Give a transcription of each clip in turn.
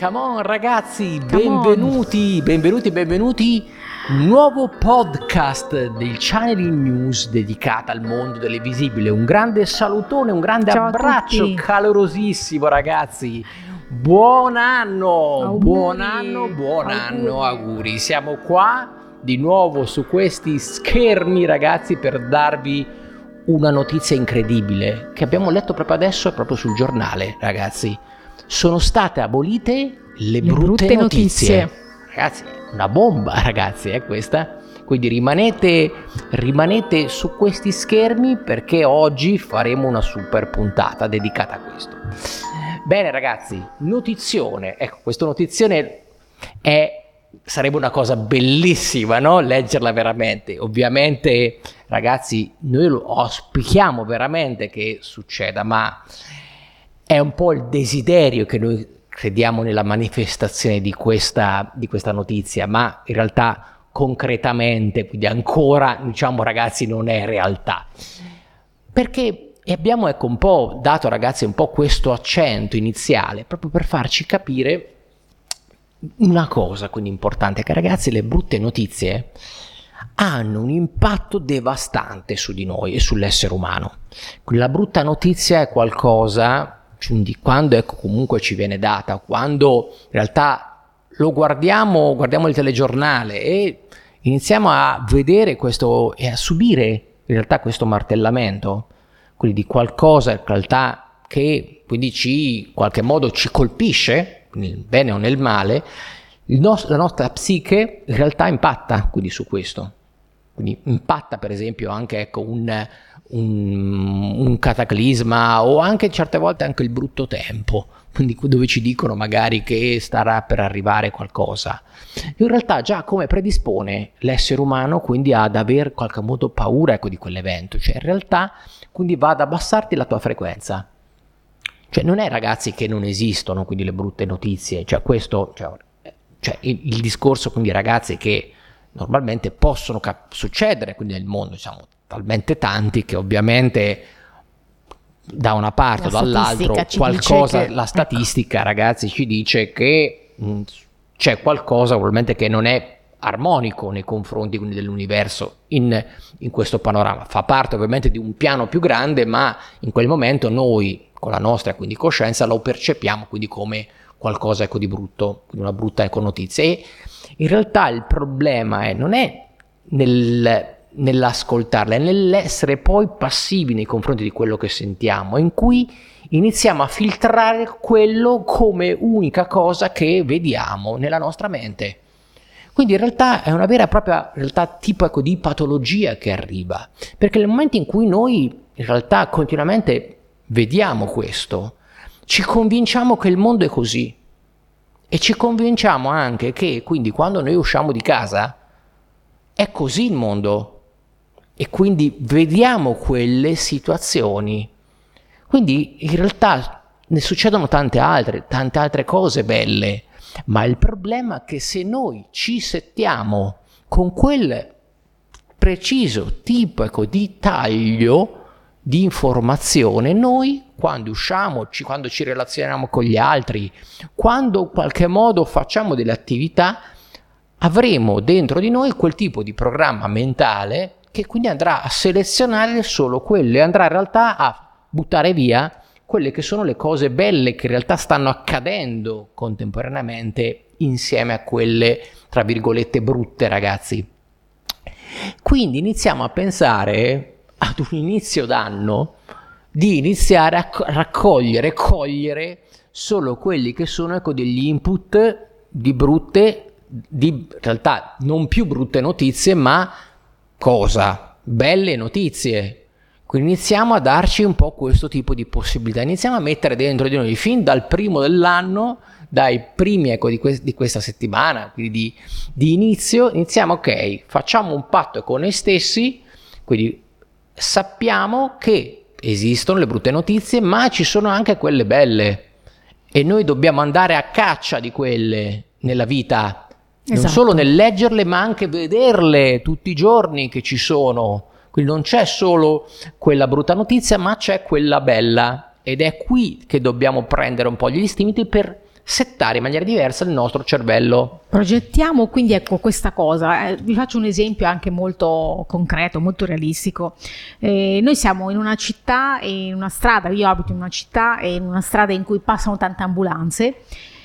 Come on ragazzi, Come benvenuti. Nuovo podcast del Channeling News dedicato al mondo delle visibili. Un grande salutone, un grande Ciao abbraccio calorosissimo ragazzi. Buon anno, auguri. Siamo qua di nuovo su questi schermi ragazzi per darvi una notizia incredibile che abbiamo letto proprio adesso, proprio sul giornale ragazzi. Sono state abolite le brutte notizie. Ragazzi, una bomba ragazzi, è questa. Quindi rimanete su questi schermi perché oggi faremo una super puntata dedicata a questo. Bene ragazzi, notizione. Ecco, questa notizione sarebbe una cosa bellissima, no? Leggerla veramente. Ovviamente ragazzi, noi lo auspichiamo veramente che succeda, ma è un po' il desiderio che noi crediamo nella manifestazione di questa notizia, ma in realtà concretamente, quindi ancora diciamo ragazzi non è realtà. Perché abbiamo un po' dato ragazzi un po' questo accento iniziale proprio per farci capire una cosa quindi importante, che ragazzi le brutte notizie hanno un impatto devastante su di noi e sull'essere umano. La brutta notizia è qualcosa quando comunque ci viene data, quando in realtà lo guardiamo il telegiornale e iniziamo a vedere questo e a subire in realtà questo martellamento, quindi di qualcosa in realtà che quindi in qualche modo ci colpisce, nel bene o nel male, la nostra psiche in realtà impatta quindi su questo. Quindi impatta per esempio anche un cataclisma o anche certe volte anche il brutto tempo, quindi dove ci dicono magari che starà per arrivare qualcosa. In realtà già come predispone l'essere umano quindi ad aver in qualche modo paura di quell'evento, cioè in realtà quindi va ad abbassarti la tua frequenza. Cioè non è ragazzi che non esistono quindi le brutte notizie, cioè questo cioè il discorso quindi ragazzi che normalmente possono succedere quindi nel mondo, siamo talmente tanti che ovviamente da una parte o dall'altro qualcosa, la statistica ragazzi ci dice che c'è qualcosa probabilmente che non è armonico nei confronti quindi dell'universo in questo panorama. Fa parte ovviamente di un piano più grande, ma in quel momento noi con la nostra quindi coscienza lo percepiamo quindi come qualcosa di brutto, una brutta notizia. E in realtà il problema non è nell'ascoltarla, è nell'essere poi passivi nei confronti di quello che sentiamo, in cui iniziamo a filtrare quello come unica cosa che vediamo nella nostra mente. Quindi in realtà è una vera e propria tipo di patologia che arriva, perché nel momento in cui noi in realtà continuamente vediamo questo, ci convinciamo che il mondo è così e ci convinciamo anche che quindi quando noi usciamo di casa è così il mondo e quindi vediamo quelle situazioni. Quindi in realtà ne succedono tante altre cose belle, ma il problema è che se noi ci settiamo con quel preciso tipo di taglio di informazione, noi quando usciamo, quando ci relazioniamo con gli altri, quando in qualche modo facciamo delle attività, avremo dentro di noi quel tipo di programma mentale che quindi andrà a selezionare solo quelle, andrà in realtà a buttare via quelle che sono le cose belle che in realtà stanno accadendo contemporaneamente insieme a quelle tra virgolette brutte ragazzi. Quindi iniziamo a pensare ad un inizio d'anno di iniziare a cogliere solo quelli che sono degli input di in realtà non più brutte notizie, ma belle notizie. Quindi iniziamo a darci un po' questo tipo di possibilità, iniziamo a mettere dentro di noi fin dal primo dell'anno, dai primi di questa settimana, quindi di inizio, iniziamo facciamo un patto con noi stessi, quindi sappiamo che esistono le brutte notizie, ma ci sono anche quelle belle e noi dobbiamo andare a caccia di quelle nella vita, non solo nel leggerle ma anche vederle tutti i giorni che ci sono. Quindi non c'è solo quella brutta notizia, ma c'è quella bella, ed è qui che dobbiamo prendere un po' gli istinti per settare in maniera diversa il nostro cervello. Progettiamo quindi, ecco, questa cosa. Vi faccio un esempio anche molto concreto, molto realistico. Noi siamo in una città e in una strada, io abito in una città e in una strada in cui passano tante ambulanze,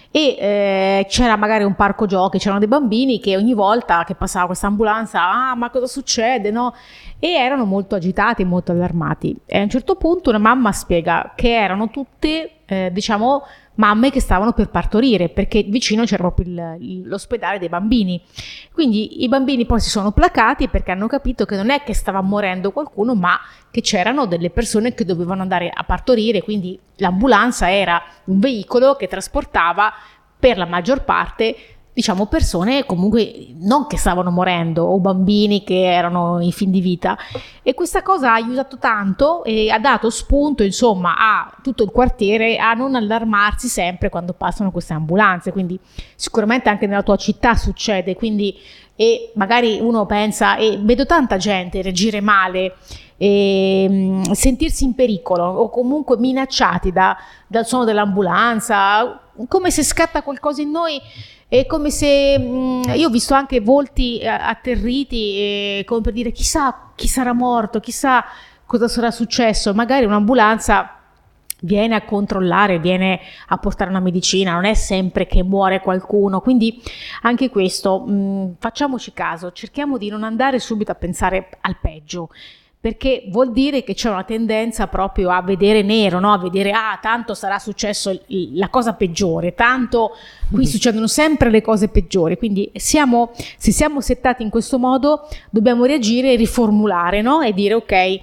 e c'era magari un parco giochi, c'erano dei bambini che ogni volta che passava questa ambulanza, ma cosa succede, no? E erano molto agitati, molto allarmati. E a un certo punto una mamma spiega che erano tutte, diciamo, mamme che stavano per partorire, perché vicino c'era proprio l'ospedale dei bambini. Quindi i bambini poi si sono placati perché hanno capito che non è che stava morendo qualcuno, ma che c'erano delle persone che dovevano andare a partorire, quindi l'ambulanza era un veicolo che trasportava per la maggior parte, diciamo, persone comunque non che stavano morendo o bambini che erano in fin di vita, e questa cosa ha aiutato tanto e ha dato spunto, insomma, a tutto il quartiere a non allarmarsi sempre quando passano queste ambulanze. Quindi sicuramente anche nella tua città succede, quindi, e magari uno pensa, e vedo tanta gente reagire male e sentirsi in pericolo o comunque minacciati dal suono dell'ambulanza, come se scatta qualcosa in noi. È come se io ho visto anche volti atterriti, come per dire chissà chi sarà morto, chissà cosa sarà successo. Magari un'ambulanza viene a controllare, viene a portare una medicina, non è sempre che muore qualcuno. Quindi anche questo, facciamoci caso, cerchiamo di non andare subito a pensare al peggio, perché vuol dire che c'è una tendenza proprio a vedere nero, no? A vedere, tanto sarà successo la cosa peggiore, tanto qui succedono sempre le cose peggiori. Quindi se siamo settati in questo modo, dobbiamo reagire e riformulare, no? E dire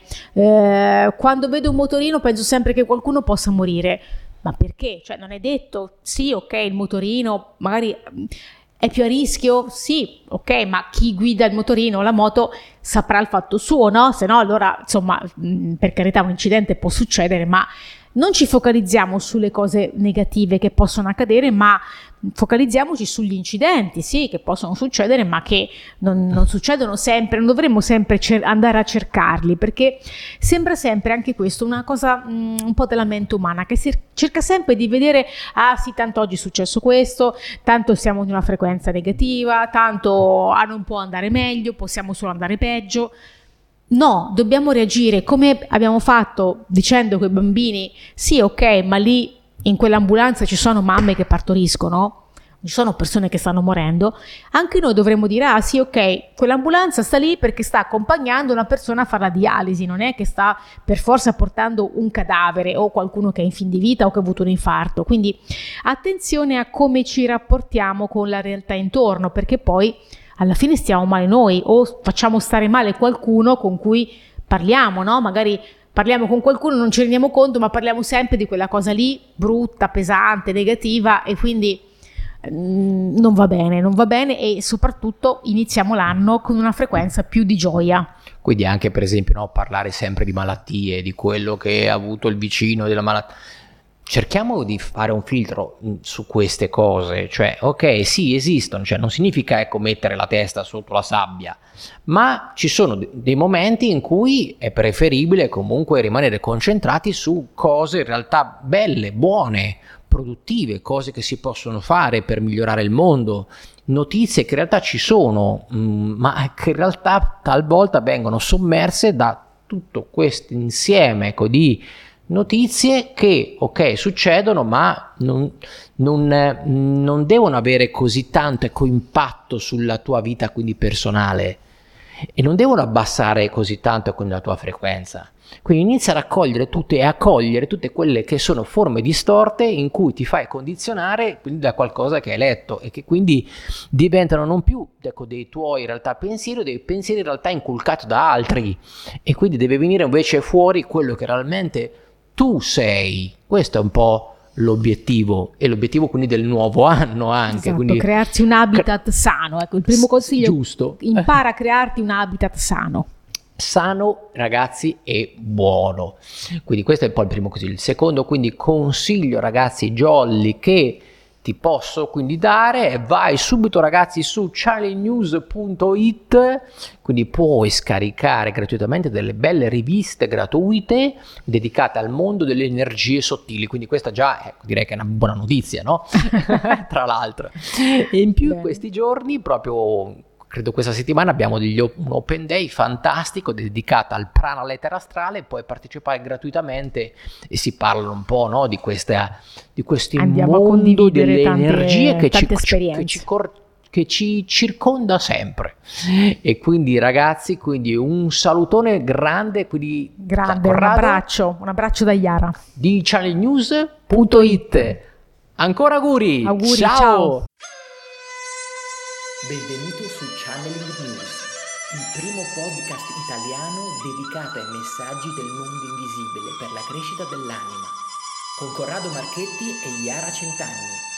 ok, quando vedo un motorino penso sempre che qualcuno possa morire. Ma perché? Cioè non è detto, sì, ok, il motorino magari è più a rischio? Sì, ok, ma chi guida il motorino o la moto saprà il fatto suo, no? Se no, allora, insomma, per carità, un incidente può succedere, ma non ci focalizziamo sulle cose negative che possono accadere, ma focalizziamoci sugli incidenti, sì, che possono succedere, ma che non succedono sempre, non dovremmo sempre andare a cercarli, perché sembra sempre anche questo una cosa un po' della mente umana, che cerca sempre di vedere, sì, tanto oggi è successo questo, tanto siamo in una frequenza negativa, tanto non può andare meglio, possiamo solo andare peggio. No, dobbiamo reagire come abbiamo fatto dicendo che i bambini, sì, ok, ma lì in quell'ambulanza ci sono mamme che partoriscono, ci sono persone che stanno morendo. Anche noi dovremmo dire, sì, ok, quell'ambulanza sta lì perché sta accompagnando una persona a fare la dialisi, non è che sta per forza portando un cadavere o qualcuno che è in fin di vita o che ha avuto un infarto. Quindi attenzione a come ci rapportiamo con la realtà intorno, perché poi alla fine stiamo male noi o facciamo stare male qualcuno con cui parliamo, no? Magari parliamo con qualcuno, non ci rendiamo conto, ma parliamo sempre di quella cosa lì, brutta, pesante, negativa, e quindi non va bene, e soprattutto iniziamo l'anno con una frequenza più di gioia. Quindi anche, per esempio, no, parlare sempre di malattie, di quello che ha avuto il vicino, della malattia. Cerchiamo di fare un filtro su queste cose, cioè ok, sì, esistono, cioè non significa mettere la testa sotto la sabbia, ma ci sono dei momenti in cui è preferibile comunque rimanere concentrati su cose in realtà belle, buone, produttive, cose che si possono fare per migliorare il mondo, notizie che in realtà ci sono, ma che in realtà talvolta vengono sommerse da tutto questo insieme di notizie che ok succedono, ma non devono avere così tanto impatto sulla tua vita, quindi personale, e non devono abbassare così tanto quindi la tua frequenza. Quindi inizia a raccogliere tutte e accogliere tutte quelle che sono forme distorte in cui ti fai condizionare quindi da qualcosa che hai letto, e che quindi diventano non più dei tuoi in realtà pensieri, o dei pensieri in realtà inculcati da altri, e quindi deve venire invece fuori quello che realmente tu sei. Questo è un po' l'obiettivo, e l'obiettivo quindi del nuovo anno anche. Esatto, quindi crearsi un habitat sano, ecco il primo consiglio, giusto. Impara a crearti un habitat sano, ragazzi, e buono. Quindi questo è un po' il primo consiglio. Il secondo quindi consiglio, ragazzi jolly, che ti posso quindi dare, vai subito ragazzi su channelnews.it, quindi puoi scaricare gratuitamente delle belle riviste gratuite dedicate al mondo delle energie sottili, quindi questa già direi che è una buona notizia, no? Tra l'altro. E in più questi giorni, proprio credo questa settimana, abbiamo un open day fantastico dedicato al prana lettera astrale, puoi partecipare gratuitamente e si parla un po', no, di questo mondo delle energie che ci circonda sempre. E quindi ragazzi, un salutone grande, un abbraccio da Iara di channelnews.it. Ancora auguri, ciao. Benvenuto su Channeling News, il primo podcast italiano dedicato ai messaggi del mondo invisibile per la crescita dell'anima, con Corrado Marchetti e Iara Centanni.